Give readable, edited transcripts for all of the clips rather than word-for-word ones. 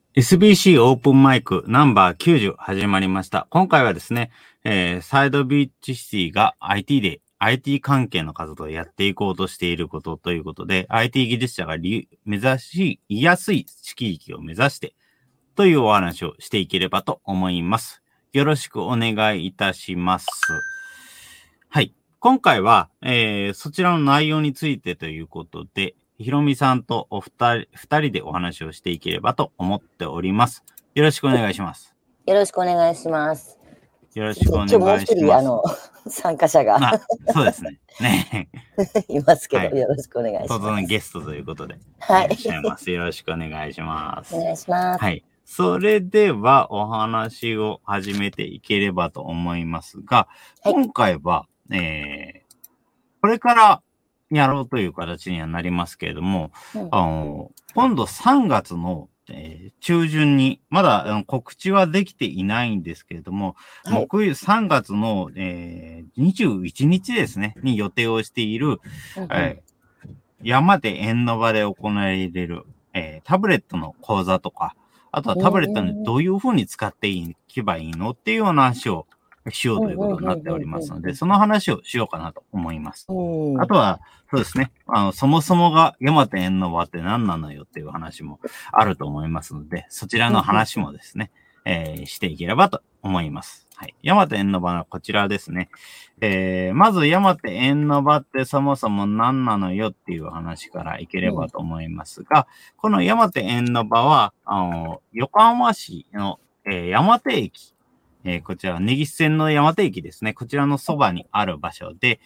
SBC オープンマイクナンバー90始まりました。今回はですね、サイドビーチシティが IT 関係の活動をやっていこうとしていることということで、IT 技術者が目指しやすい地域を目指してというお話をしていければと思います。よろしくお願いいたします。はい。今回は、そちらの内容についてということで、ひろみさんと二人でお話をしていければと思っております。よろしくお願いします。 よろしくお願いします。 よろしくお願いします。今日もう一人、参加者が。 そうですね。ね。 いますけど、はい、よろしくお願いします。 突然ゲストということで。 はい。 いらっしゃいます。よろしくお願いします。 お願いします。 はい。それではお話を始めていければと思いますが、はい、今回は、これからやろうという形にはなりますけれども、今度3月の、中旬に、まだ告知はできていないんですけれども、はい、3月の、21日ですね、に予定をしている、山で縁の場で行われる、タブレットの講座とか、あとはタブレットにどういうふうに使っていけばいいのっていうような話をしようということになっておりますので、その話をしようかなと思います。あとは、そうですね、そもそもが山手縁の場って何なのよっていう話もあると思いますので、そちらの話もですね、していければと思います。はい。山手縁の場はこちらですね。まず山手縁の場ってそもそも何なのよっていう話からいければと思いますが、この山手縁の場は、横浜市の、山手駅、こちら、根岸線の山手駅ですね。こちらのそばにある場所で、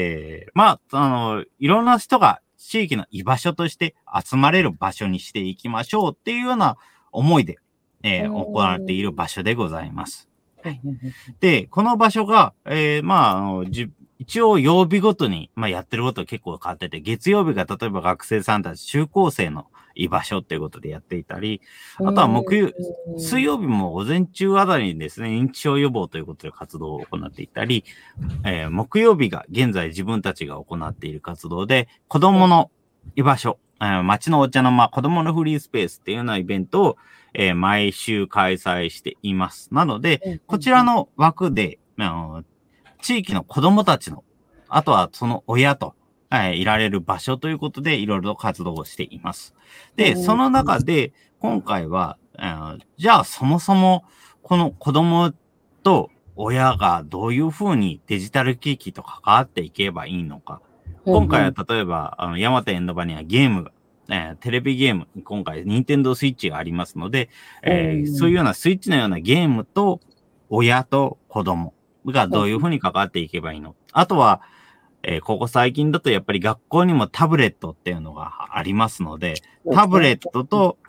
いろんな人が地域の居場所として集まれる場所にしていきましょうっていうような思いで、行われている場所でございます。で、この場所が、一応曜日ごとに、やってること結構変わってて、月曜日が例えば学生さんたち中高生の居場所っていうことでやっていたり、あとは水曜日も午前中あたりにですね、認知症予防ということで活動を行っていたり、木曜日が現在自分たちが行っている活動で、子供の居場所、町のお茶の間、子供のフリースペースっていうようなイベントを、毎週開催しています。なので、こちらの枠で、地域の子供たちの、あとはその親と、いられる場所ということで、いろいろと活動をしています。で、その中で、今回は、じゃあそもそも、この子供と親がどういうふうにデジタル機器と関わっていけばいいのか。今回は例えば、山手縁の場にはゲームが、テレビゲーム、今回、ニンテンドースイッチがありますので、そういうようなスイッチのようなゲームと、親と子供がどういうふうに関わっていけばいいの。あとは、ここ最近だとやっぱり学校にもタブレットっていうのがありますので、タブレットと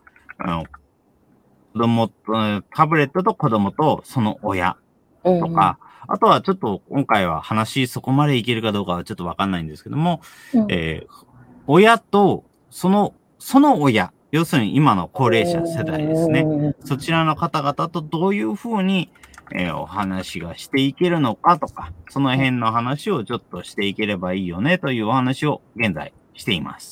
子供とその親とか、あとはちょっと今回は話そこまでいけるかどうかはちょっとわかんないんですけども、親とその親、要するに今の高齢者世代ですね。そちらの方々とどういうふうにお話がしていけるのかとか、その辺の話をちょっとしていければいいよねというお話を現在しています。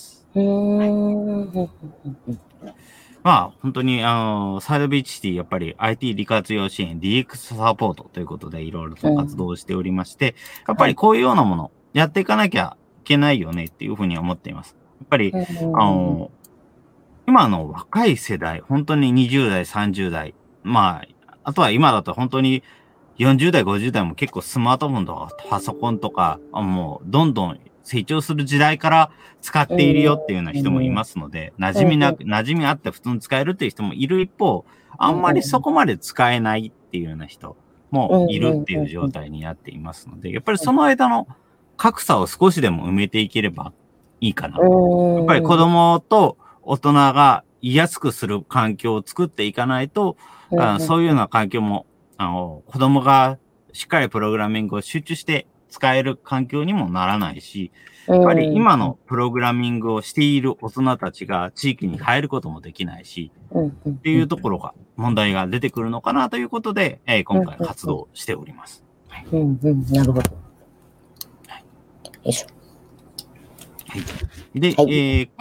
本当に、サイドビーチシティ、やっぱり IT 利活用支援、DX サポートということでいろいろと活動をしておりまして、やっぱりこういうようなもの、やっていかなきゃいけないよねっていうふうに思っています。やっぱり、今の若い世代、本当に20代、30代、あとは今だと本当に40代、50代も結構スマートフォンとかパソコンとか、もうどんどん成長する時代から使っているよっていうような人もいますので、馴染みあって普通に使えるっていう人もいる一方、あんまりそこまで使えないっていうような人もいるっていう状態になっていますので、やっぱりその間の格差を少しでも埋めていければいいかな。やっぱり子供と大人が居やすくする環境を作っていかないと、そういうような環境も、子供がしっかりプログラミングを集中して使える環境にもならないし、やっぱり今のプログラミングをしている大人たちが地域に変えることもできないし、っていうところが問題が出てくるのかなということで、今回活動しております。 なるほど。よいしょ。 はい。で、今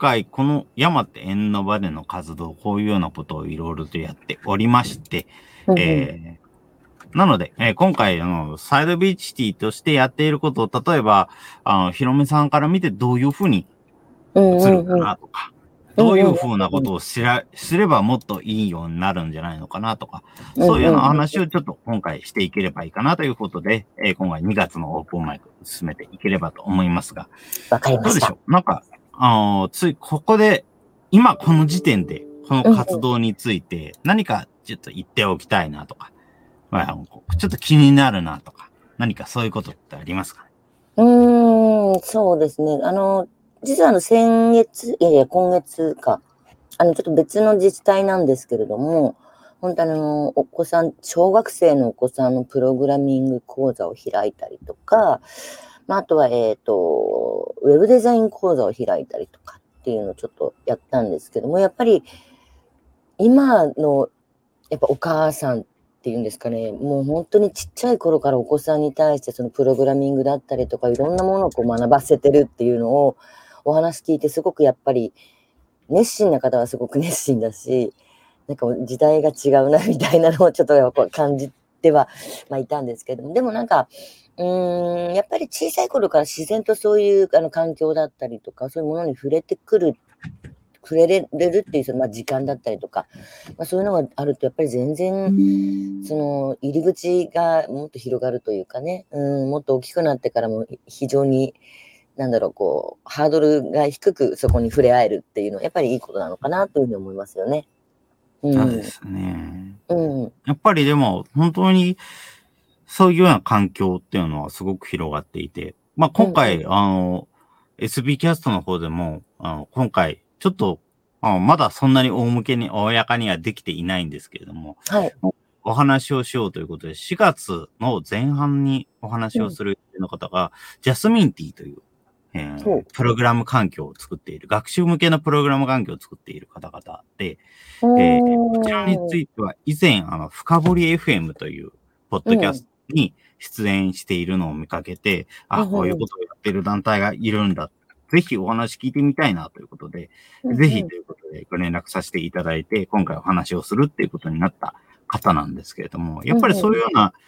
回この山って縁の場での活動、こういうようなことをいろいろとやっておりまして、なので、今回、サイドビーチティとしてやっていることを、例えば、ひろみさんから見てどういうふうに映るかなとか、どういうふうなことをすればもっといいようになるんじゃないのかなとか、そういうような話をちょっと今回していければいいかなということで、今回2月のオープンマイクを進めていければと思いますが。 わかりました。 どうでしょう？なんか、ここで、今この時点で、この活動について何かちょっと言っておきたいなとか、ちょっと気になるなとか、何かそういうことってありますかね？ そうですね。実は今月か。ちょっと別の自治体なんですけれども、本当にお子さん、小学生のお子さんのプログラミング講座を開いたりとか、あとは、ウェブデザイン講座を開いたりとかっていうのをちょっとやったんですけども、やっぱり、今の、やっぱお母さんっていうんですかね、もう本当にちっちゃい頃からお子さんに対してそのプログラミングだったりとかいろんなものをこう学ばせてるっていうのをお話聞いてすごくやっぱり熱心な方はすごく熱心だし、なんか時代が違うなみたいなのをちょっとやっぱ感じてはいたんですけども、でもなんか、やっぱり小さい頃から自然とそういう環境だったりとか、そういうものに触れれるっていうその、時間だったりとか、そういうのがあるとやっぱり全然、その入り口がもっと広がるというかね、もっと大きくなってからも非常に、こう、ハードルが低くそこに触れ合えるっていうのはやっぱりいいことなのかなというふうに思いますよね。 そうですね。やっぱりでも本当にそういうような環境っていうのはすごく広がっていて、今回、SB キャストの方でも、今回、ちょっと、まだそんなに公にはできていないんですけれども、 はい。 お話をしようということで、4月の前半にお話をするの方が、ジャスミンティという、プログラム環境を作っている、学習向けのプログラム環境を作っている方々で、こちらについては以前、深掘り FM という、ポッドキャストに出演しているのを見かけて、こういうことをやっている団体がいるんだ。ぜひお話聞いてみたいなということで、ぜひということでご連絡させていただいて、今回お話をするっていうことになった方なんですけれども、やっぱりそういうような、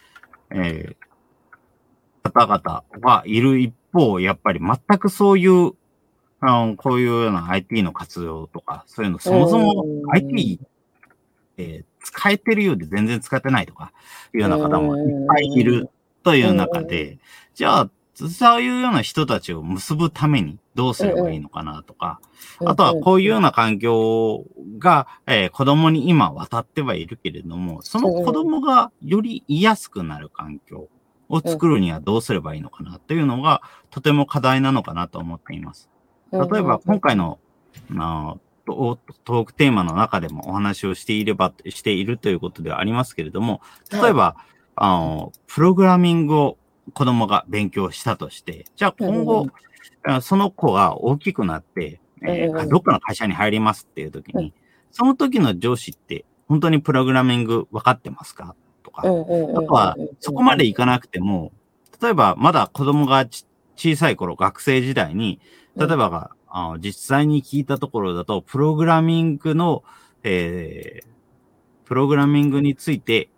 方々はいる一方、やっぱり全くそういう、こういうような IT の活用とか、そういうの、そもそも IT、使えてるようで全然使ってないとか、いうような方もいっぱいいるという中で、じゃあ、そういうような人たちを結ぶためにどうすればいいのかなとか、あとはこういうような環境が、子供に今渡ってはいるけれども、その子供がより居やすくなる環境を作るにはどうすればいいのかなというのが、とても課題なのかなと思っています。例えば今回の、トークテーマの中でもお話をしているということではありますけれども、例えば、プログラミングを子供が勉強したとして、じゃあ今後、その子が大きくなって、どっかの会社に入りますっていう時に、その時の上司って本当にプログラミング分かってますかとか、あとはそこまでいかなくても、例えばまだ子供が小さい頃、学生時代に、例えば実際に聞いたところだと、プログラミングについて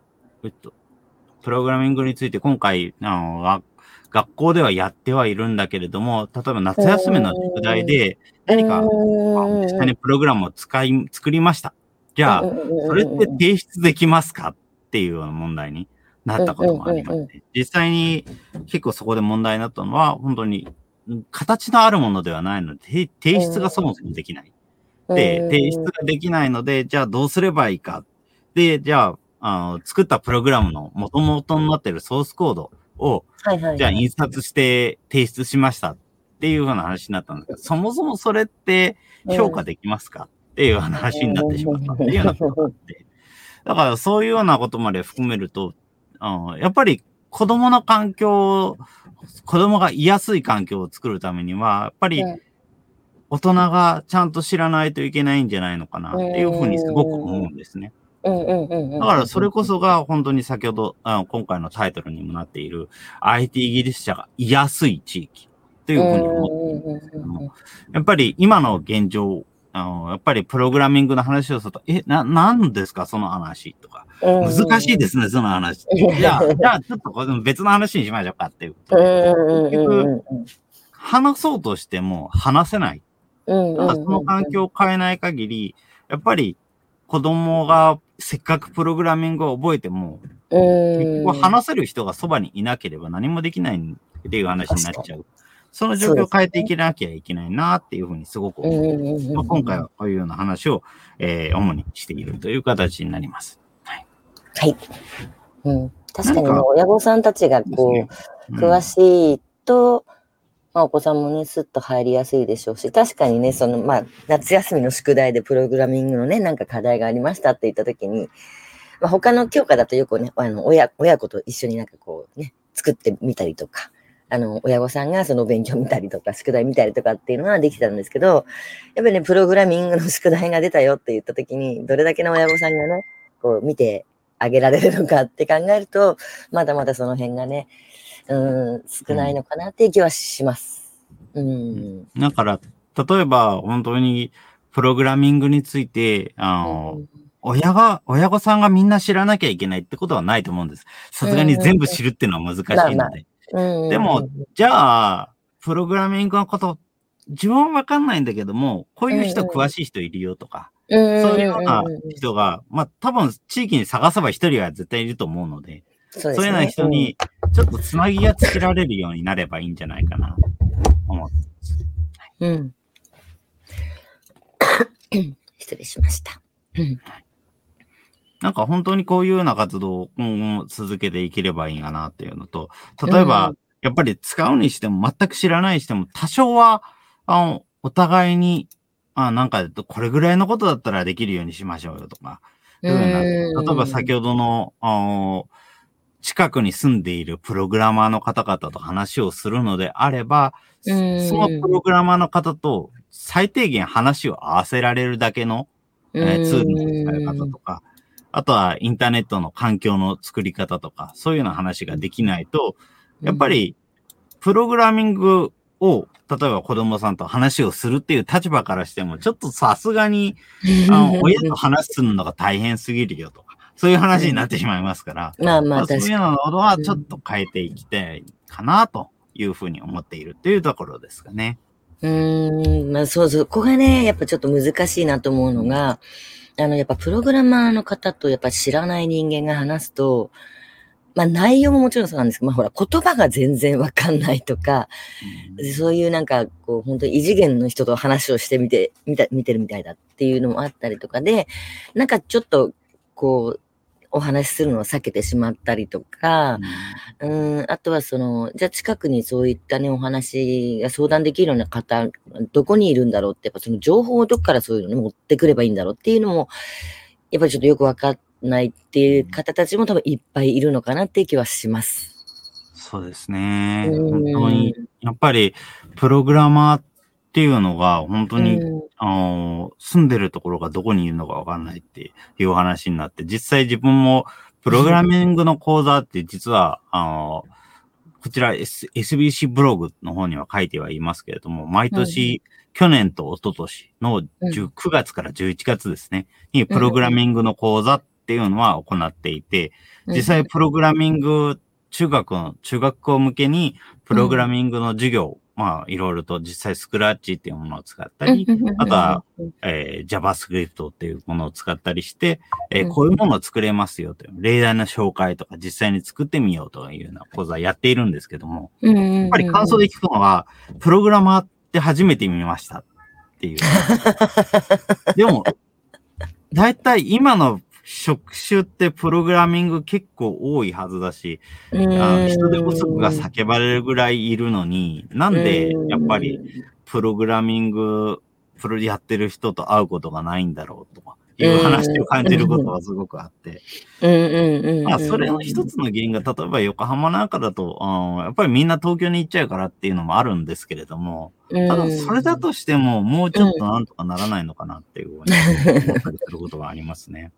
今回、学校ではやってはいるんだけれども、例えば夏休みの宿題で何か実際にプログラムを作りました。じゃあ、それって提出できますかっていうような問題になったこともありまして、実際に結構そこで問題になったのは、本当に形のあるものではないので、提出がそもそもできない。で、提出ができないので、じゃあどうすればいいか。で、じゃあ、作ったプログラムの元々になっているソースコードを、じゃあ印刷して提出しましたっていうような話になったんですけど、そもそもそれって評価できますかっていう話になってしまったっていうようなことがあって。だからそういうようなことまで含めると、やっぱり子供が居やすい環境を作るためには、やっぱり大人がちゃんと知らないといけないんじゃないのかなっていうふうにすごく思うんですね。だからそれこそが本当に先ほど、今回のタイトルにもなっている IT 技術者が居やすい地域。 というふうに思っているんですけども、やっぱり今の現状、やっぱりプログラミングの話をすると、何ですかその話とか。難しいですね、その話。じゃあ、ちょっとこれ別の話にしましょうかっていうことで。結局、話そうとしても話せない。ただその環境を変えない限り、やっぱり子供がせっかくプログラミングを覚えても、結局話せる人がそばにいなければ何もできないっていう話になっちゃう。その状況を変えていけなきゃいけないなっていうふうにすごく思う。今回はこういうような話を、主にしているという形になります。はい。 はい。確かに親御さんたちが詳しいと、お子さんもね、スッと入りやすいでしょうし、確かにね、夏休みの宿題でプログラミングのね、なんか課題がありましたって言ったときに、他の教科だとよくね、親子と一緒になんか作ってみたりとか、親御さんがその勉強見たりとか、宿題見たりとかっていうのはできたんですけど、やっぱりね、プログラミングの宿題が出たよって言ったときに、どれだけの親御さんがね、見てあげられるのかって考えると、まだまだその辺がね、少ないのかなっていう気はします。 だから、例えば本当にプログラミングについて、親御さんがみんな知らなきゃいけないってことはないと思うんです。さすがに全部知るっていうのは難しいので。でも、じゃあ、プログラミングのこと、自分はわかんないんだけども、こういう人詳しい人いるよとか、そういうような人が、多分地域に探せば一人は絶対いると思うので、そういうような人に、ちょっとつなぎがつけられるようになればいいんじゃないかな、と思ってます。 失礼しました。 なんか本当にこういうような活動を今後続けていければいいかなっていうのと、例えば、やっぱり使うにしても全く知らないにしても、多少は、お互いに、なんか、これぐらいのことだったらできるようにしましょうよとか、例えば先ほどの、近くに住んでいるプログラマーの方々と話をするのであれば、そのプログラマーの方と最低限話を合わせられるだけの、ツールの使い方とか、あとはインターネットの環境の作り方とか、そういうような話ができないと、やっぱり、プログラミングを、例えば子供さんと話をするっていう立場からしても、ちょっとさすがに、親と話するのが大変すぎるよとか、そういう話になってしまいますから、そういうのはちょっと変えていきたいかな、というふうに思っているというところですかね。 そこがね、やっぱちょっと難しいなと思うのが、やっぱプログラマーの方とやっぱ知らない人間が話すと、内容ももちろんそうなんですけど、ほら、言葉が全然わかんないとか、そういうなんか、本当に異次元の人と話をして見てるみたいだっていうのもあったりとかで、なんかちょっと、お話しするのを避けてしまったりとか、あとはじゃあ近くにそういったね、お話が相談できるような方、どこにいるんだろうって、やっぱその情報をどっからそういうのに持ってくればいいんだろうっていうのも、やっぱりちょっとよくわかんないっていう方たちも多分いっぱいいるのかなっていう気はします。 そうですね。本当に、やっぱり、プログラマーっていうのが、本当に、住んでるところがどこにいるのかわかんないっていう話になって、実際自分も、プログラミングの講座って実は、こちら、SBC ブログの方には書いてはいますけれども、毎年、去年と一昨年の9月から11月ですね、にプログラミングの講座っていうのは行っていて、実際プログラミング、中学校向けにプログラミングの授業、いろいろと実際スクラッチっていうものを使ったり、あとは、JavaScript っていうものを使ったりして、こういうものを作れますよという、例題の紹介とか実際に作ってみようというような講座をやっているんですけども、やっぱり感想で聞くのは、プログラマーって初めて見ましたっていう。でも、だいたい今の職種ってプログラミング結構多いはずだし、人手不足が叫ばれるぐらいいるのに、なんでやっぱりプログラミングやってる人と会うことがないんだろうとかいう話を感じることがすごくあって。それの一つの原因が、例えば横浜なんかだと、やっぱりみんな東京に行っちゃうからっていうのもあるんですけれども、ただそれだとしてももうちょっとなんとかならないのかなっていうふうに思ったりすることがありますね。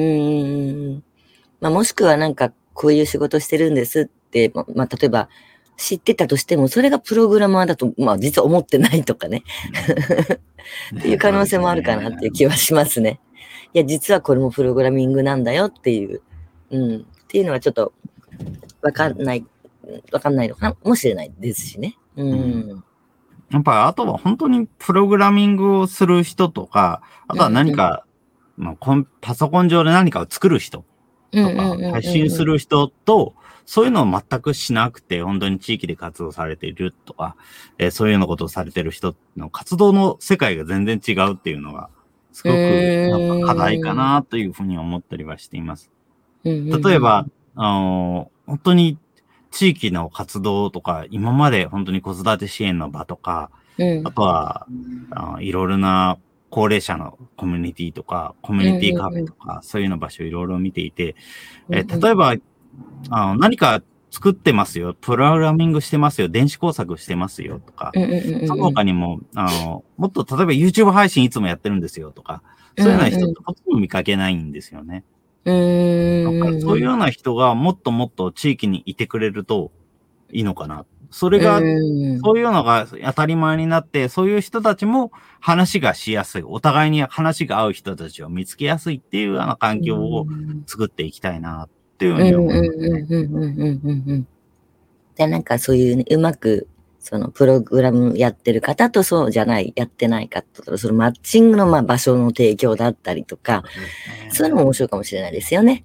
もしくはなんか、こういう仕事してるんですって、例えば、 知ってたとしても、それがプログラマーだと、まあ実は思ってないとかね。っていう可能性もあるかなっていう気はしますね。いや、実はこれもプログラミングなんだよっていう、っていうのはちょっとわかんないのかもしれないですしね。 やっぱりあとは本当にプログラミングをする人とか、あとは何か、パソコン上で何かを作る人とか、配信する人と、そういうのを全くしなくて、本当に地域で活動されているとか、そういうようなことをされている人の活動の世界が全然違うっていうのが、すごくなんか課題かなというふうに思ったりはしています。例えば、本当に地域の活動とか、今まで本当に子育て支援の場とか、あとは、いろいろな高齢者のコミュニティとか、コミュニティカフェとか、そういうような場所をいろいろ見ていて、例えば、何か作ってますよ、プログラミングしてますよ、電子工作してますよとか、その他にも、もっと例えば YouTube 配信いつもやってるんですよとか、そういうような人ってほとんど見かけないんですよね。そういうような人がもっともっと地域にいてくれるといいのかな。それが、そういうのが当たり前になって、そういう人たちも話がしやすい。お互いに話が合う人たちを見つけやすいっていうような環境を作っていきたいなっていうふうに思いますね。 で、なんかそういうね、うまく、そのプログラムやってる方とそうじゃない、やってない方と、そのマッチングの場所の提供だったりとか、そういうのも面白いかもしれないですよね。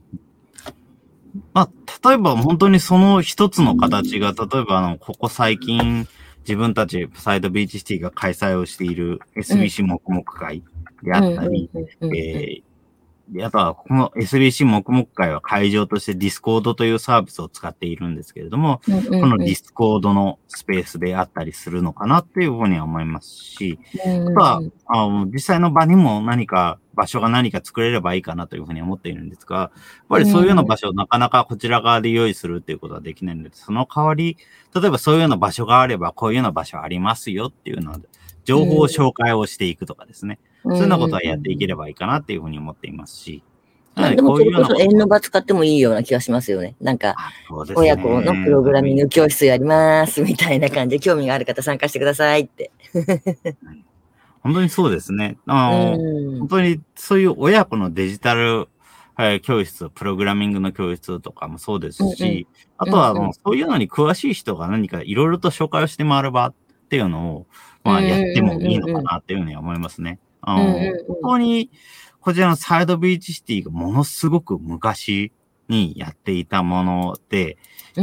例えば本当にその一つの形が、例えばここ最近、自分たちサイドビーチシティが開催をしている SBC 黙々会であったり、あとは、この SBC 黙々会は会場としてディスコードというサービスを使っているんですけれども、このディスコードのスペースであったりするのかなっていうふうには思いますし、あとは、実際の場にも場所が何か作れればいいかなというふうに思っているんですが、やっぱりそういうような場所をなかなかこちら側で用意するっていうことはできないので、その代わり、例えばそういうような場所があれば、こういうような場所ありますよっていうので、情報を紹介をしていくとかですね。そういうようなことはやっていければいいかなっていうふうに思っていますし。 でもそれこそ縁の場使ってもいいような気がしますよね。なんか、親子のプログラミング教室やりますみたいな感じで、興味がある方参加してくださいって。 本当にそうですね。本当にそういう親子のデジタル教室、プログラミングの教室とかもそうですし、あとはそういうのに詳しい人が何かいろいろと紹介をして回る場っていうのを、やってもいいのかなっていうふうに思いますね。本当に、こちらのサイドビーチシティがものすごく昔にやっていたもので、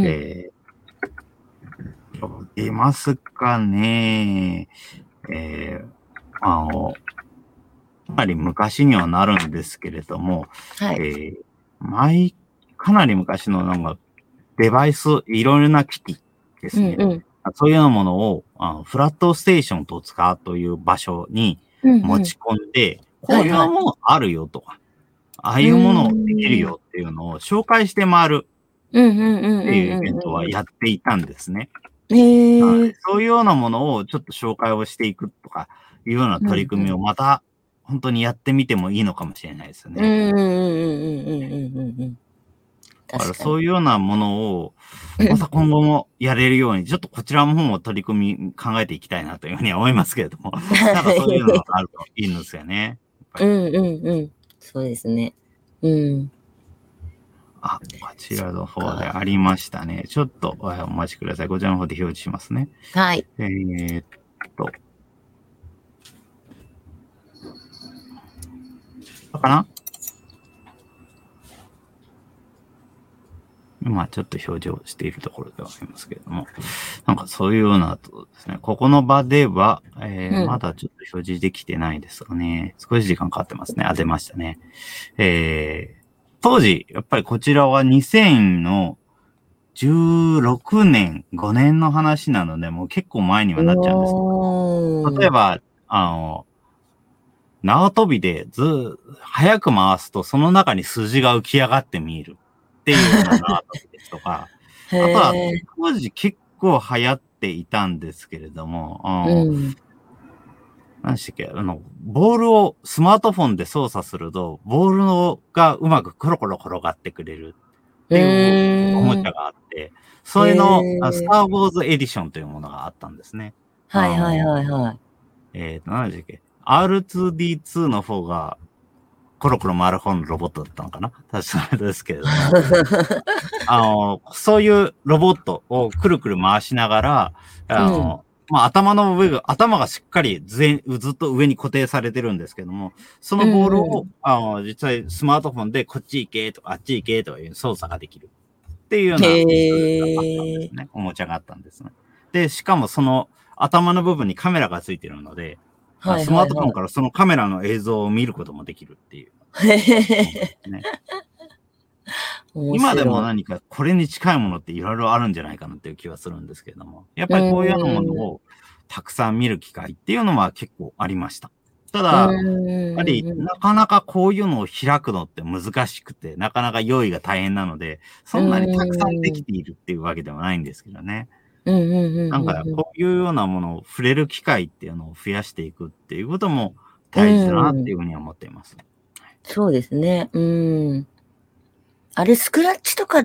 出ますかね。かなり昔にはなるんですけれども、かなり昔のデバイス、いろいろな機器ですね。そういうようなものを、フラットステーションと使うという場所に持ち込んで、こういうものあるよとか、ああいうものできるよっていうのを紹介して回るっていうイベントはやっていたんですね。そういうようなものをちょっと紹介をしていくとかいうような取り組みをまた本当にやってみてもいいのかもしれないですよね。だからそういうようなものをまた今後もやれるように、ちょっとこちらの方も取り組み考えていきたいなというふうには思いますけれども、なんかそういうのがあるといいんですよね。 そうですね。 こちらの方でありましたね。ちょっとお待ちください。こちらの方で表示しますね。 はい。 かな？今ちょっと表示をしているところではありますけれども、なんかそういうようなですね、ここの場では、まだちょっと表示できてないですがね、少し時間かかってますね。出ましたね。当時、やっぱりこちらは2016年、5年の話なので、もう結構前にはなっちゃうんですけど、例えば、縄跳びで早く回すとその中に数字が浮き上がって見えるっていうような縄跳びですとか、あとは当時結構流行っていたんですけれども、何でしたっけ、ボールをスマートフォンで操作すると、ボールがうまくコロコロ転がってくれる。 っていうおもちゃがあって、それのスター・ウォーズエディションというものがあったんですね。 はいはいはいはい。 何でしたっけ ?R2D2 の方が、コロコロ回る方のロボットだったのかな確かですけれども。そういうロボットをくるくる回しながら、まあ、頭がしっかりずっと上に固定されてるんですけども、そのボールを、実際スマートフォンでこっち行けとかあっち行けとかいう操作ができるっていうようなおもちゃがあったんですね。で、しかもその頭の部分にカメラがついてるので、スマートフォンからそのカメラの映像を見ることもできるっていう。ね、今でも何かこれに近いものっていろいろあるんじゃないかなっていう気はするんですけれども、やっぱりこういうようなものをたくさん見る機会っていうのは結構ありました。ただ、やっぱりなかなかこういうのを開くのって難しくて、なかなか用意が大変なので、そんなにたくさんできているっていうわけではないんですけどね。なんかこういうようなものを触れる機会っていうのを増やしていくっていうことも大事だなっていうふうに思っています。 そうですね。あれ、スクラッチとかって、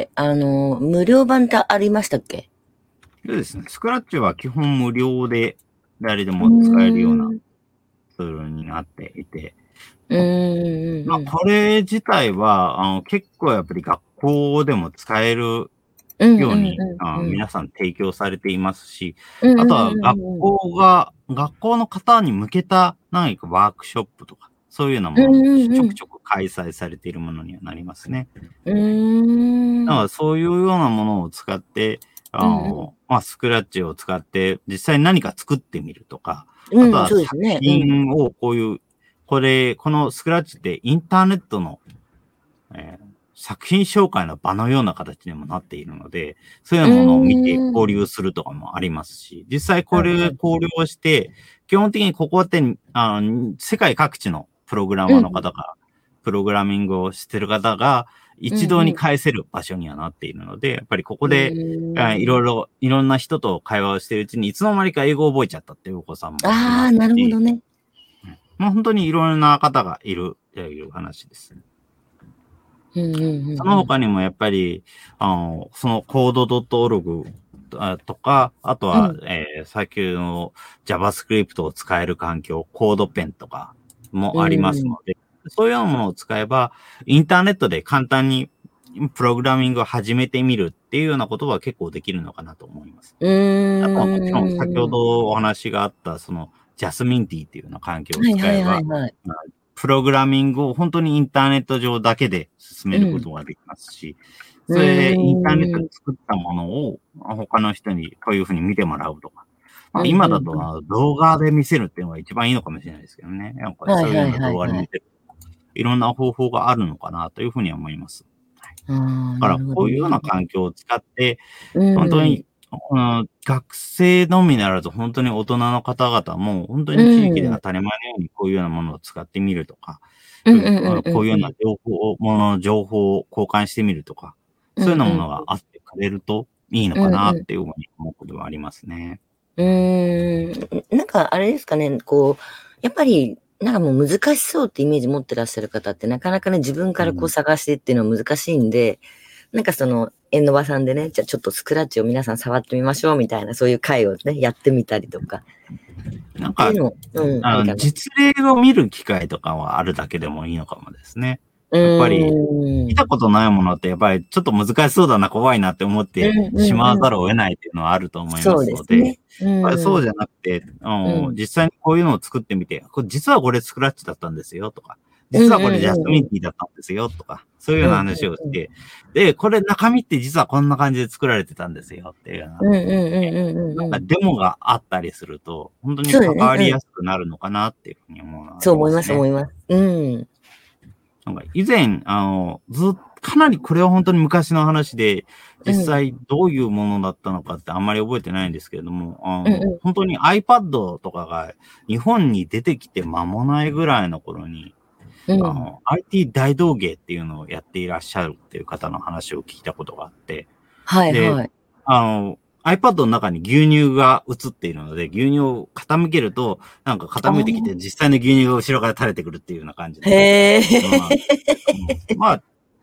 無料版ってありましたっけ？ そうですね。スクラッチは基本無料で誰でも使えるようなツールになっていて、まあ、これ自体は、結構やっぱり学校でも使えるように、皆さん提供されていますし、あとは学校の方に向けた何かワークショップとか、そういうようなものちょくちょく開催されているものにはなりますね。だからそういうようなものを使って、まあ、スクラッチを使って実際に何か作ってみるとか、あとは作品をこのスクラッチってインターネットの、作品紹介の場のような形にもなっているので、そういうものを見て交流するとかもありますし、実際これ交流をして、基本的にここって、世界各地のプログラマーの方が、プログラミングをしてる方が、一堂に会せる場所にはなっているので、やっぱりここで、いろんな人と会話をしているうちに、いつの間にか英語を覚えちゃったっていうお子さんもいますし。 ああ、なるほどね。 もう本当にいろんな方がいるという話ですね。その他にもやっぱり、その code.org とか、あとは、先ほどの JavaScript を使える環境、コードペンとかもありますので、そういうようなものを使えば、インターネットで簡単にプログラミングを始めてみるっていうようなことは結構できるのかなと思います。あとはもちろん先ほどお話があった、その、ジャスミンティっていうような環境を使えば、プログラミングを本当にインターネット上だけで進めることができますし、それでインターネットで作ったものを他の人にこういうふうに見てもらうとか。まあ、今だと動画で見せるっていうのが一番いいのかもしれないですけどね。やっぱりそういうの動画で見せる。いろんな方法があるのかなというふうには思います。だからこういうような環境を使って、本当に学生のみならず本当に大人の方々も本当に地域で当たり前のようにこういうようなものを使ってみるとか、こういうような情報を交換してみるとか、そういうようなものがあってくれるといいのかなっていうふうに思うことはありますね。 なんかあれですかね、こう、やっぱりなんかもう難しそうってイメージ持ってらっしゃる方ってなかなかね、自分からこう探してっていうのは難しいんで、なんかその、縁の場さんでね、じゃあちょっとスクラッチを皆さん触ってみましょうみたいな、そういう会をね、やってみたりとか。 なんか、実例を見る機会とかはあるだけでもいいのかもですね。やっぱり、見たことないものってやっぱりちょっと難しそうだな、怖いなって思ってしまわざるを得ないっていうのはあると思いますので、そうじゃなくて、実際にこういうのを作ってみて、実はこれスクラッチだったんですよとか、実はこれジャスミンティだったんですよとか、そういうような話をして、で、これ中身って実はこんな感じで作られてたんですよっていうような、なんかデモがあったりすると、本当に関わりやすくなるのかなっていうふうに思うので、 そう思います、思います。 なんか以前、かなりこれは本当に昔の話で、実際どういうものだったのかってあんまり覚えてないんですけれども、本当に iPad とかが日本に出てきて間もないぐらいの頃に、IT 大道芸っていうのをやっていらっしゃるっていう方の話を聞いたことがあって、で、iPad の中に牛乳が映っているので、牛乳を傾けると、なんか傾いてきて、実際の牛乳が後ろから垂れてくるっていうような感じで。 へまあ、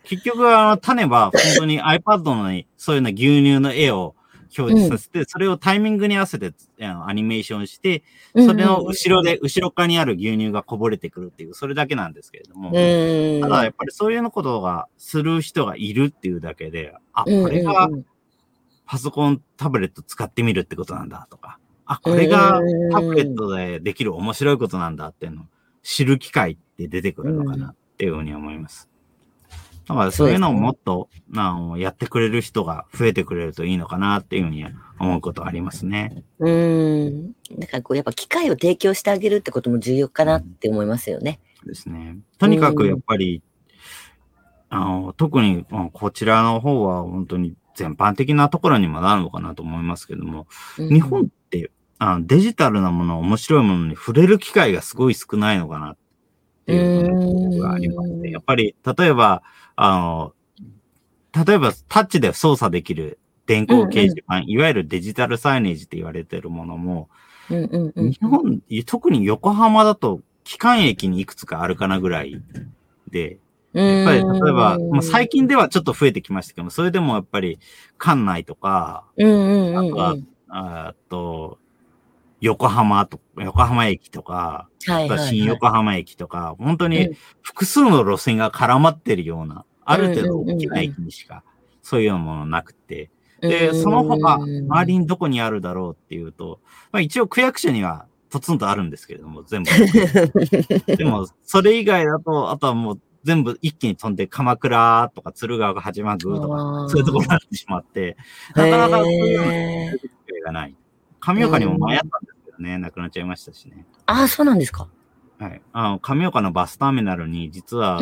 結局、種は本当に iPad のにそういうような牛乳の絵を表示させて、それをタイミングに合わせてアニメーションして、それの後ろ側にある牛乳がこぼれてくるっていう、それだけなんですけれども、ただやっぱりそういうことがする人がいるっていうだけで、これがパソコン、タブレット使ってみるってことなんだとか、これがタブレットでできる面白いことなんだっていうのを知る機会って出てくるのかなっていうふうに思います。だからそういうのをもっと、やってくれる人が増えてくれるといいのかなっていうふうに思うことはありますね。 だからやっぱ機会を提供してあげるってことも重要かなって思いますよね。 ですね。とにかくやっぱり、特にこちらの方は本当に全般的なところにもなるのかなと思いますけども、日本ってデジタルなもの、面白いものに触れる機会がすごい少ないのかなっていうのがありまして、やっぱり例えばタッチで操作できる電光掲示板、いわゆるデジタルサイネージって言われてるものも、日本、特に横浜だと基幹駅にいくつかあるかなぐらいで、やっぱり例えば、最近ではちょっと増えてきましたけども、それでもやっぱり関内とか、あと横浜駅とか、新横浜駅とか、本当に複数の路線が絡まってるような、ある程度大きな駅にしか、そういうようなものなくて、で、その他、周りにどこにあるだろうっていうと、一応区役所にはポツンとあるんですけれども、全部。でも、それ以外だと、あとはもう全部一気に飛んで、鎌倉とか鶴川が始まるとか、そういうところになってしまって、なかなかそういうのに機会がない。上岡にも前あったんですけどね、なくなっちゃいましたしね。 そうなんですか。 はい。上岡のバスターミナルに、実は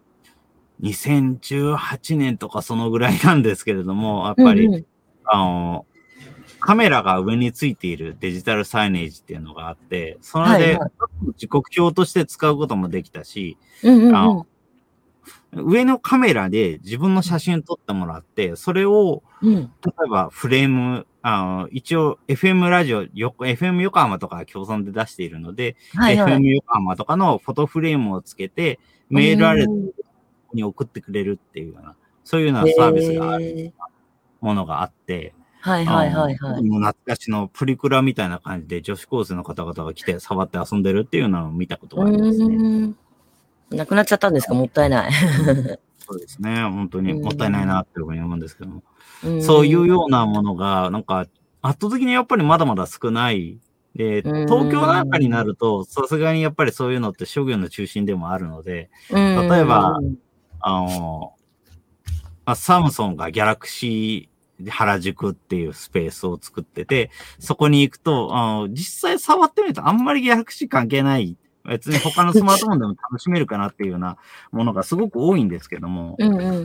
2018年とかそのぐらいなんですけれども、やっぱり、カメラが上についているデジタルサイネージっていうのがあって、それで、時刻表として使うこともできたし、上のカメラで自分の写真撮ってもらって、それを、例えばフレーム、一応 FM ラジオ、FM 横浜とか共存で出しているので、FM 横浜とかのフォトフレームをつけて、メールアドレスに送ってくれるっていうような、そういうようなサービスがあるものがあって、懐かしのプリクラみたいな感じで女子高生の方々が来て触って遊んでるっていうのを見たことがありますね。 なくなっちゃったんですか？もったいない。 そうですね。本当にもったいないなっていうふうに思うんですけども。そういうようなものが、なんか、圧倒的にやっぱりまだまだ少ない。で、東京なんかになると、さすがにやっぱりそういうのって商業の中心でもあるので、例えば、サムソンがギャラクシー原宿っていうスペースを作ってて、そこに行くと、実際触ってみるとあんまりギャラクシー関係ない。別に他のスマートフォンでも楽しめるかなっていうようなものがすごく多いんですけども、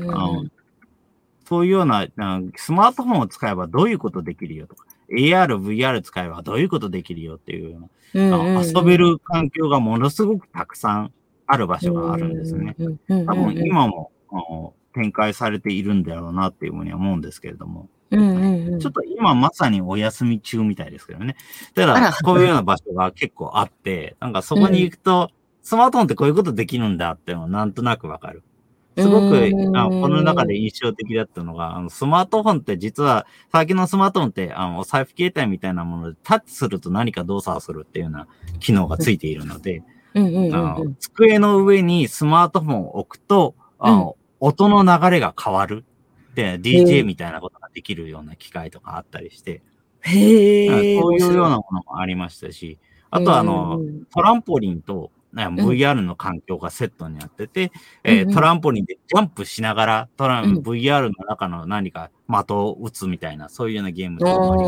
そういうような、スマートフォンを使えばどういうことできるよとか、AR、VR 使えばどういうことできるよっていうような、遊べる環境がものすごくたくさんある場所があるんですね。多分今も展開されているんだろうなっていうふうには思うんですけれども。ちょっと今まさにお休み中みたいですけどね。ただ、こういうような場所が結構あって、なんかそこに行くと、スマートフォンってこういうことできるんだっていうのがなんとなくわかる。すごく、この中で印象的だったのが、スマートフォンって実は、最近のスマートフォンって、お財布携帯みたいなものでタッチすると何か動作をするっていうような機能がついているので、机の上にスマートフォンを置くと、音の流れが変わる。で、DJ みたいなことができるような機械とかあったりして、そういうようなものもありましたし、あとはトランポリンと VR の環境がセットになってて、トランポリンでジャンプしながらVR の中の何か的を撃つみたいな、そういうようなゲームとかもあり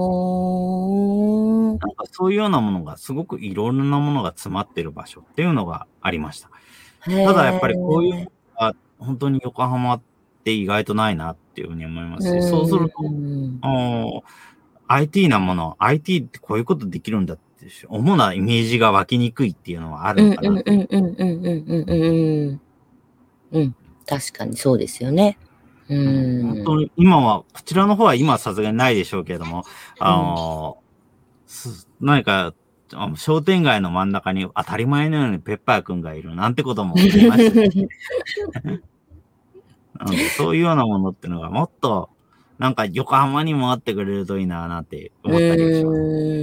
ます。なんかそういうようなものがすごくいろんなものが詰まってる場所っていうのがありました。ただやっぱりこういうのが本当に横浜って意外とないなっていうふうに思いますし、そうすると、IT なもの、IT ってこういうことできるんだって、主なイメージが湧きにくいっていうのはあるのかな。 確かにそうですよね。 本当に今は、こちらの方は今はさすがにないでしょうけれども、何か、商店街の真ん中に当たり前のようにペッパーくんがいるなんてこともありましたね。 なので、そういうようなものっていうのがもっと、なんか横浜にもあってくれるといいなって思ったりします。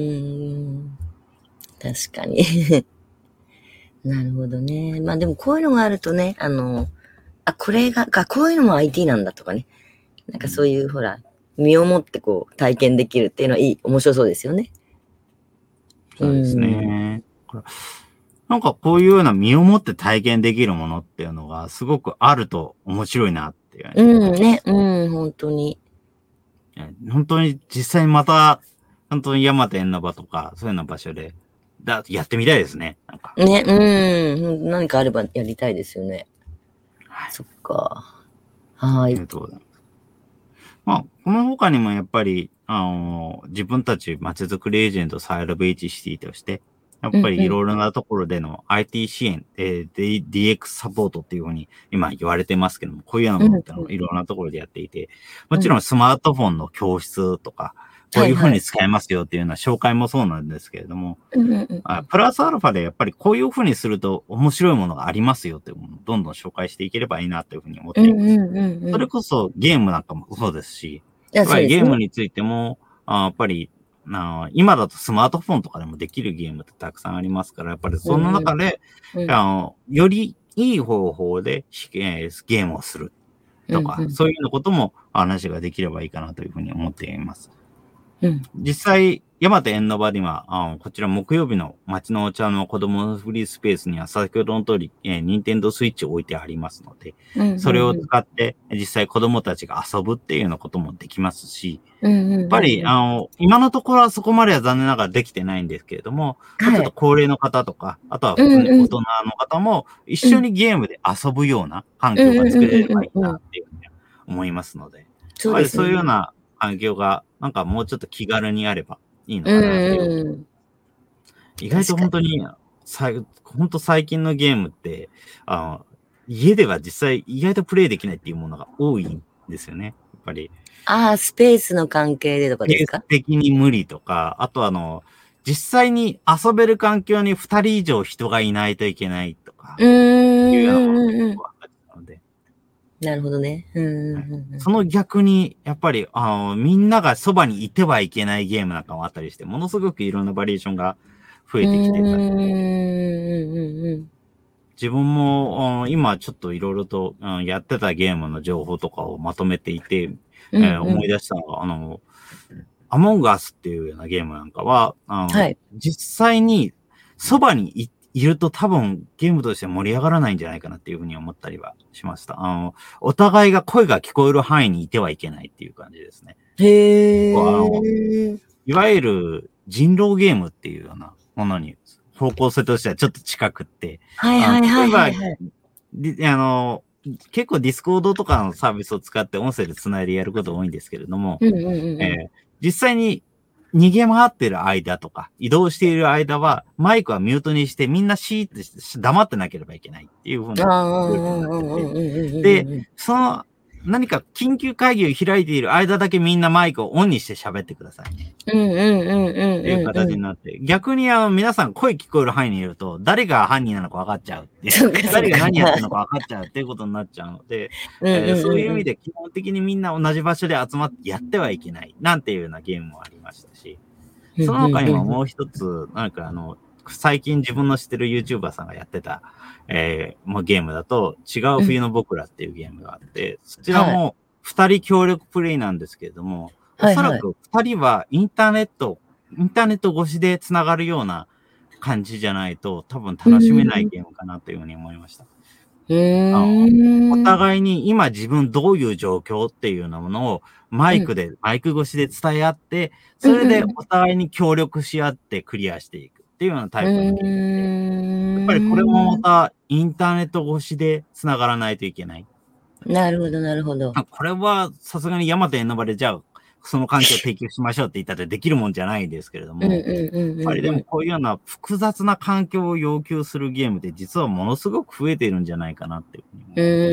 確かに。なるほどね。まあでもこういうのがあるとね、これが、こういうのも IT なんだとかね。なんかそういう、ほら、身をもってこう体験できるっていうのはいい、面白そうですよね。 そうですね。なんかこういうような身をもって体験できるものっていうのがすごくあると面白いなっていう。 ね、本当に。 本当に実際にまた、本当に山手縁の場とか、そういうような場所で、やってみたいですね。なんかね、何かあればやりたいですよね。 はい、 そっか。はい。 まあ、この他にもやっぱり、自分たち街づくりエージェントサイドベイチシティとして、やっぱりいろいろなところでの IT 支援、DX サポートっていうふうに今言われてますけども、こういうようなものってのをいろんなところでやっていて、もちろんスマートフォンの教室とか、こういうふうに使えますよっていうような紹介もそうなんですけれども、プラスアルファでやっぱりこういうふうにすると面白いものがありますよっていうものをどんどん紹介していければいいなというふうに思っています。それこそゲームなんかもそうですし、やっぱりゲームについても、やっぱり今だとスマートフォンとかでもできるゲームってたくさんありますから、やっぱりその中で、よりいい方法でゲームをするとか、そういうようなことも話ができればいいかなというふうに思っています。実際、山手縁の場には、こちら木曜日の街のお茶の子供のフリースペースには先ほどの通り、任天堂スイッチを置いてありますので、それを使って実際子供たちが遊ぶっていうようなこともできますし、やっぱり、今のところはそこまでは残念ながらできてないんですけれども、ちょっと高齢の方とか、あとは普通に大人の方も一緒にゲームで遊ぶような環境が作れればいいなっていうふうに思いますので、やっぱりそういうような環境がなんかもうちょっと気軽にあればいいのかなっていう。意外と本当に、本当最近のゲームって、家では実際意外とプレイできないっていうものが多いんですよね。やっぱり。 スペースの関係でとかですか？ スペース的に無理とか、あと実際に遊べる環境に2人以上人がいないといけないとか、いうようなものが結構あったので。 なるほどね。 その逆に、やっぱり、みんながそばにいてはいけないゲームなんかもあったりして、ものすごくいろんなバリエーションが増えてきてたり。自分も、今ちょっといろいろと、やってたゲームの情報とかをまとめていて、思い出したのが、アモングアスっていうようなゲームなんかは、実際にそばにいると多分ゲームとして盛り上がらないんじゃないかなっていうふうに思ったりはしました。お互いが声が聞こえる範囲にいてはいけないっていう感じですね。いわゆる人狼ゲームっていうようなものに方向性としてはちょっと近くって、結構ディスコードとかのサービスを使って音声で繋いでやること多いんですけれども、実際に逃げ回ってる間とか、移動している間は、マイクはミュートにして、みんなシーってして黙ってなければいけないっていう風な。で、何か緊急会議を開いている間だけみんなマイクをオンにして喋ってくださいね。っていう形になって、逆に皆さん声聞こえる範囲にいると、誰が犯人なのか分かっちゃうっていう。誰が何やってるのか分かっちゃうっていうことになっちゃうので、そういう意味で基本的にみんな同じ場所で集まってやってはいけない。なんていうようなゲームもありましたし、その他にももう一つ、なんか最近自分の知ってる YouTuber さんがやってた、ゲームだと、違う冬の僕らっていうゲームがあって、そちらも二人協力プレイなんですけれども、おそらく二人はインターネット越しで繋がるような感じじゃないと、多分楽しめないゲームかなというふうに思いました。お互いに今自分どういう状況っていうようなものをマイク越しで伝え合って、それでお互いに協力し合ってクリアしていくっていうようなタイプのゲームで、やっぱりこれもまたインターネット越しで繋がらないといけない。 なるほど、なるほど。 これはさすがに山手縁の場でじゃあ、その環境を提供しましょうって言ったらできるもんじゃないんですけれども、やっぱりでもこういうような複雑な環境を要求するゲームで実はものすごく増えているんじゃないかなっていうふう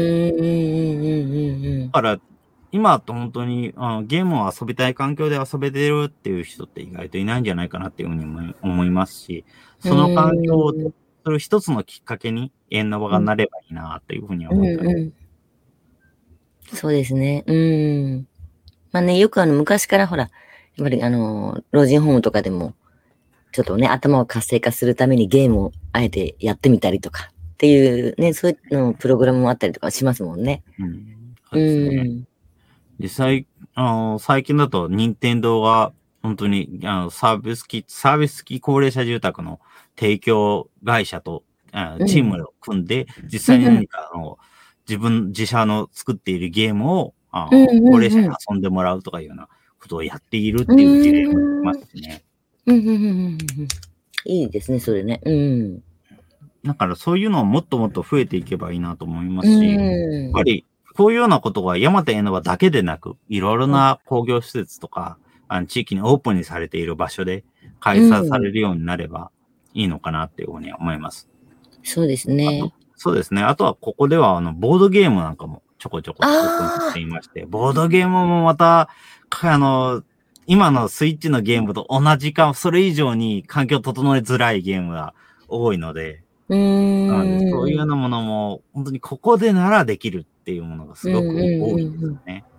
に思う。だから今って本当にゲームを遊びたい環境で遊べてるっていう人って意外といないんじゃないかなっていうふうに思いますし、その環境をする一つのきっかけに縁の場がなればいいなっていうふうに思ってます。 そうですね。まあね、よく昔からほら、やっぱり老人ホームとかでも、ちょっとね、頭を活性化するためにゲームをあえてやってみたりとかっていうね、そういうのプログラムもあったりとかしますもんね。 そうですね。実際、最近だと、任天堂が、本当に、サービス付き高齢者住宅の提供会社と、チームを組んで、実際に何か、自社の作っているゲームを、高齢者に遊んでもらうとかいうようなことをやっているっていう事例もありますしね。 いいですね、それね。 だからそういうのをもっともっと増えていけばいいなと思いますし、やっぱりこういうようなことが山手N場だけでなく、いろいろな工業施設とか、地域にオープンにされている場所で開催されるようになればいいのかなっていうふうに思います。 そうですね。 そうですね。あとはここではボードゲームなんかもちょこちょこ行っていまして、ボードゲームもまた、今のスイッチのゲームと同じか、それ以上に環境を整えづらいゲームが多いので、そういうようなものも、本当にここでならできるっていうものがすごく多いですよね。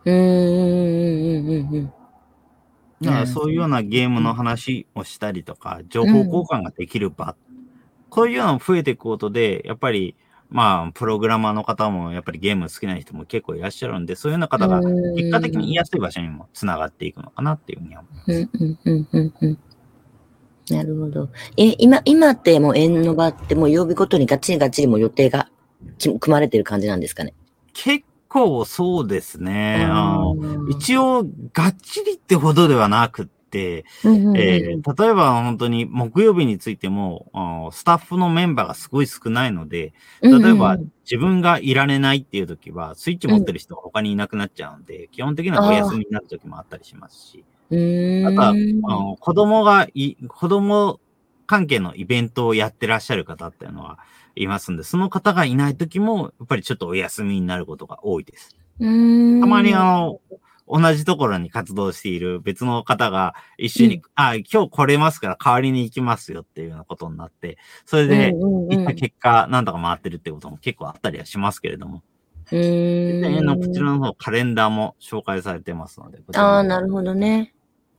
だからそういうようなゲームの話をしたりとか、情報交換ができる場。こういうのが増えていくことで、やっぱり、プログラマーの方も、やっぱりゲーム好きな人も結構いらっしゃるんで、そういうような方が結果的に居やすい場所にもつながっていくのかなっていうふうに思います。 なるほど。今ってもう縁の場ってもう曜日ごとにガッチリも予定が組まれてる感じなんですかね。 結構そうですね。一応がっちりってほどではなくって、例えば本当に木曜日についても、スタッフのメンバーがすごい少ないので、例えば自分がいられないっていう時は、スイッチ持ってる人が他にいなくなっちゃうんで、基本的にはお休みになる時もあったりしますし。あとは、子供関係のイベントをやってらっしゃる方っていうのはいますんで、その方がいないときも、やっぱりちょっとお休みになることが多いです。たまに同じところに活動している別の方が一緒に、今日来れますから代わりに行きますよっていうようなことになって、それで行った結果、なんとか回ってるってことも結構あったりはしますけれども。こちらの方、カレンダーも紹介されてますので。 なるほどね。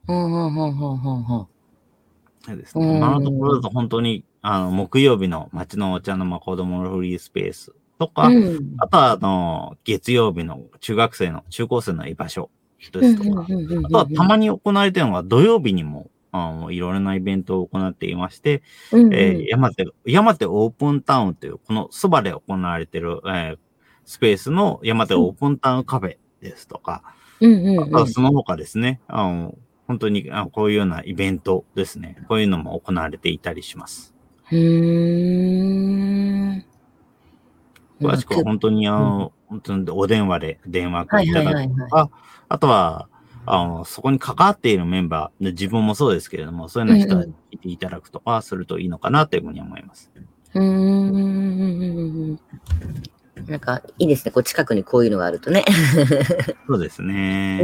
そうですね。今のところだと本当に、木曜日の街のお茶の間子供のフリースペースとか、あとは、月曜日の中高生の居場所ですとか、あとはたまに行われているのが土曜日にも、いろいろなイベントを行っていまして、山手オープンタウンという、このそばで行われている、スペースの山手オープンタウンカフェですとか、あとはその他ですね、本当にこういうようなイベントですね。こういうのも行われていたりします。詳しくは本当に本当にお電話で電話いただくとか、あとは、そこに関わっているメンバーで、自分もそうですけれども、そういうような人がいていただくとかするといいのかなというふうに思います。 なんか、いいですね。近くにこういうのがあるとね。 そうですね。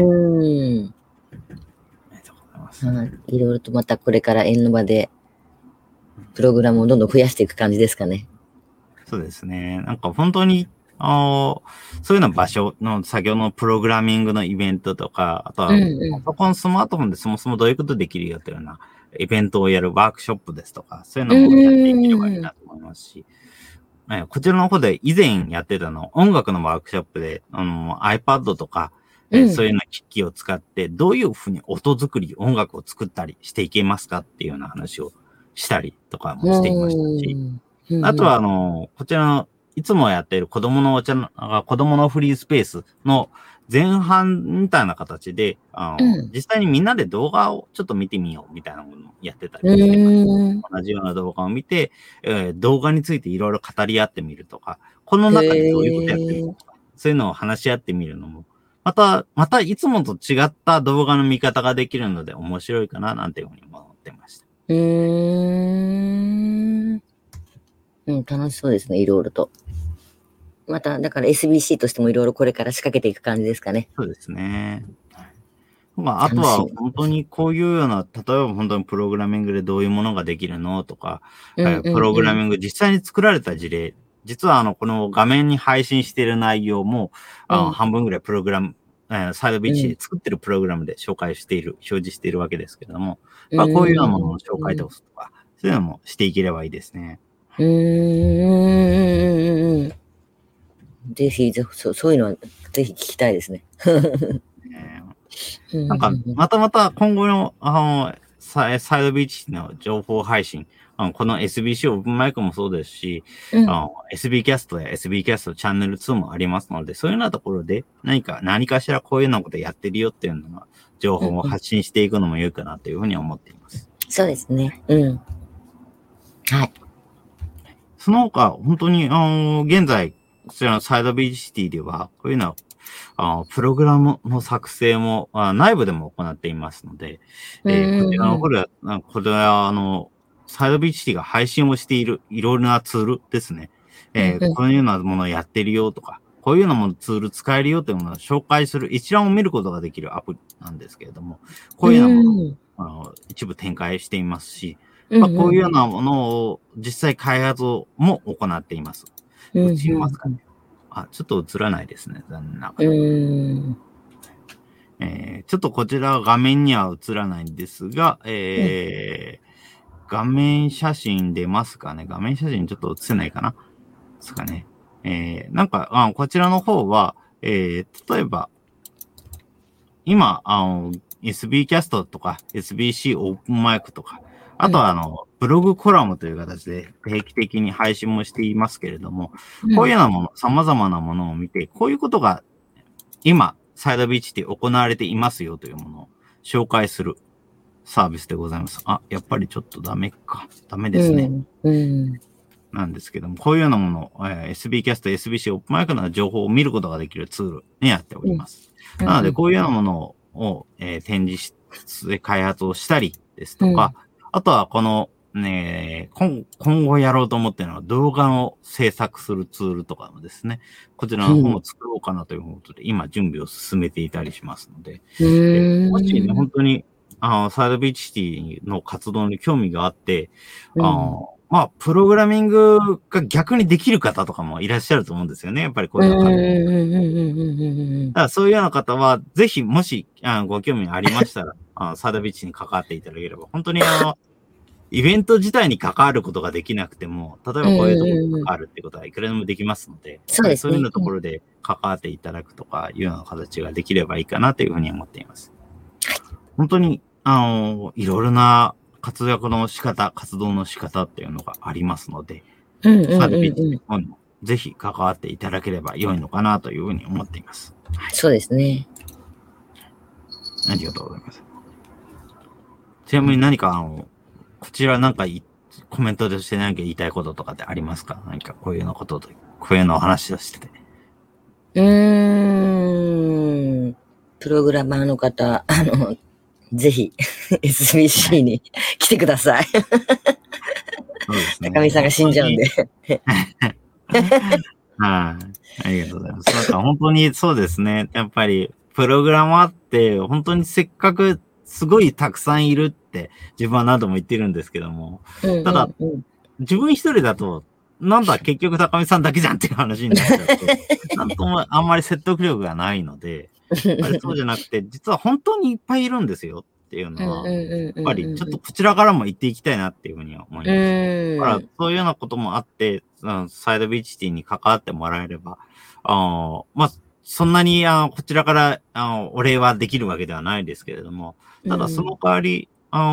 いろいろとまたこれから縁の場で、プログラムをどんどん増やしていく感じですかね。 そうですね。なんか本当に、そういうの場所の作業のプログラミングのイベントとか、あとは、パソコン、スマートフォンでそもそもどういうことできるよというようなイベントをやるワークショップですとか、そういうのもやっていければいいなと思いますし、こちらの方で以前やってた音楽のワークショップで、iPad とか、そういうような機器を使って、どういうふうに音作り、音楽を作ったりしていけますかっていうような話をしたりとかもしていましたし、あとは、こちらの、いつもやっている子供のフリースペースの前半みたいな形で、実際にみんなで動画をちょっと見てみようみたいなものをやってたりしてます。同じような動画を見て、動画についていろいろ語り合ってみるとか、この中でどういうことやってるのか、そういうのを話し合ってみるのも、またいつもと違った動画の見方ができるので面白いかななんていうふうに思ってました。 楽しそうですね、いろいろと。また、だから SBC としてもいろいろこれから仕掛けていく感じですかね。 そうですね。あとは本当にこういうような、例えば本当にプログラミングでどういうものができるのとか、プログラミング実際に作られた事例実はこの画面に配信している内容も、半分ぐらいプログラム、サイドビーチで作ってるプログラムで紹介している、表示しているわけですけれども、こういうようなものの紹介とか、そういうのもしていければいいですね。 ぜひ、そういうのはぜひ聞きたいですね。 なんか、また今後の、サイドビーチの情報配信、この SBC オープンマイクもそうですし、SB キャストや SB キャストチャンネル2もありますので、そういうようなところで何かしらこういうようなことやってるよっていうのが、情報を発信していくのも良いかなというふうに思っています。 そうですね。はい。 その他、本当に、現在、こちらのサイドビーチシティでは、こういうのは、プログラムの作成も内部でも行っていますので、こちらの方では、これは、サイドビーチシティが配信をしているいろいろなツールですね。こういうようなものをやってるよとか、こういうようなものツール使えるよというものを紹介する一覧を見ることができるアプリなんですけれども、こういうようなものを一部展開していますし、こういうようなものを実際開発も行っています。映りますかね。ちょっと映らないですね。残念ながら。ちょっとこちら画面には映らないんですが、画面写真出ますかね。画面写真ちょっと映せないかな。ですかね。なんか、こちらの方は、例えば、今、SB キャストとか SBC オープンマイクとか、あとはブログコラムという形で定期的に配信もしていますけれども、こういうようなもの、様々なものを見て、こういうことが今、サイドビーチで行われていますよというものを紹介するサービスでございます。やっぱりちょっとダメか。ダメですね。なんですけども、こういうようなものを、SB キャスト、SBC オープンマイクの情報を見ることができるツールになっております。なので、こういうようなものを、展示して開発をしたりですとか、あとはこの、今後やろうと思っているのは動画を制作するツールとかもですね、こちらの方も作ろうかなということで、今準備を進めていたりしますので、もしね、本当に、サイドビーチシティの活動に興味があって、プログラミングが逆にできる方とかもいらっしゃると思うんですよね。やっぱりこういうのだからそういうような方は、ぜひ、もし、ご興味ありましたら、サイドビーチに関わっていただければ、本当にイベント自体に関わることができなくても、例えばこういうところに関わるってことはいくらでもできますので、そういうようなところで関わっていただくとかいうような形ができればいいかなというふうに思っています。本当に、いろいろな活動の仕方っていうのがありますので、サイドビーチにぜひ関わっていただければ良いのかなというふうに思っています。 そうですね。 ありがとうございます。ちなみに何かこちらなんかコメントとして何か言いたいこととかってありますか？何かこういうようなことと、こういうようなお話をしてて。 プログラマーの方、ぜひ、SBC に来てください。そうですね。高見さんが死んじゃうんで。 ありがとうございます。なんか本当にそうですね。やっぱり、プログラマーって、本当にせっかくすごいたくさんいるって自分は何度も言ってるんですけども、ただ、自分一人だと、なんだ結局高見さんだけじゃんっていう話になっちゃって、なんともあんまり説得力がないので、やっぱりそうじゃなくて、実は本当にいっぱいいるんですよっていうのは、やっぱりちょっとこちらからも言っていきたいなっていうふうに思います。だからそういうようなこともあって、サイドビーチティに関わってもらえれば、そんなに、こちらから、お礼はできるわけではないですけれども、ただその代わり、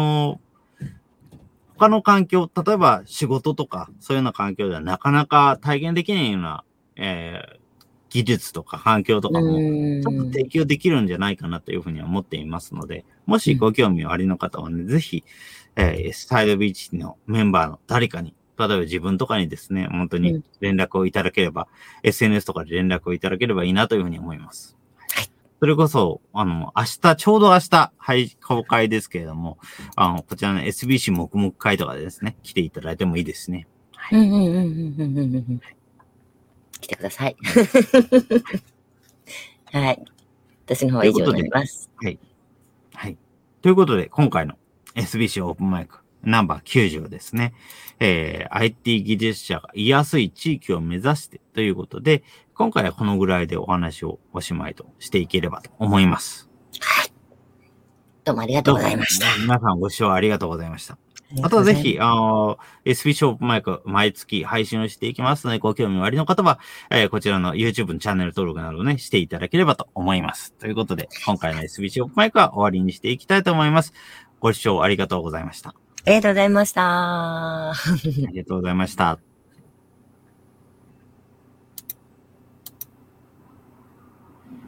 他の環境、例えば仕事とか、そういうような環境ではなかなか体験できないような、技術とか環境とかも、ちょっと提供できるんじゃないかなというふうに思っていますので、もしご興味おありの方はね、ぜひ、サイドビーチのメンバーの誰かに、例えば自分とかにですね、本当に連絡をいただければ、SNS とかで連絡をいただければいいなというふうに思います。それこそ、ちょうど明日、公開ですけれども、こちらの SBC 黙々会とかでですね、来ていただいてもいいですね。 来てください。はい。私の方は以上になります。 はい。はい。ということで、今回の SBC オープンマイク、 ナンバー90ですね。IT 技術者が居やすい地域を目指してということで、今回はこのぐらいでお話をおしまいとしていければと思います。 はい。どうもありがとうございました。 皆さんご視聴ありがとうございました。あとはぜひ、SB ショップマイク、毎月配信をしていきますので、ご興味おありの方は、こちらの YouTube のチャンネル登録などをね、していただければと思います。ということで、今回の SB ショップマイクは終わりにしていきたいと思います。ご視聴ありがとうございました。 ありがとうございました。ありがとうございました。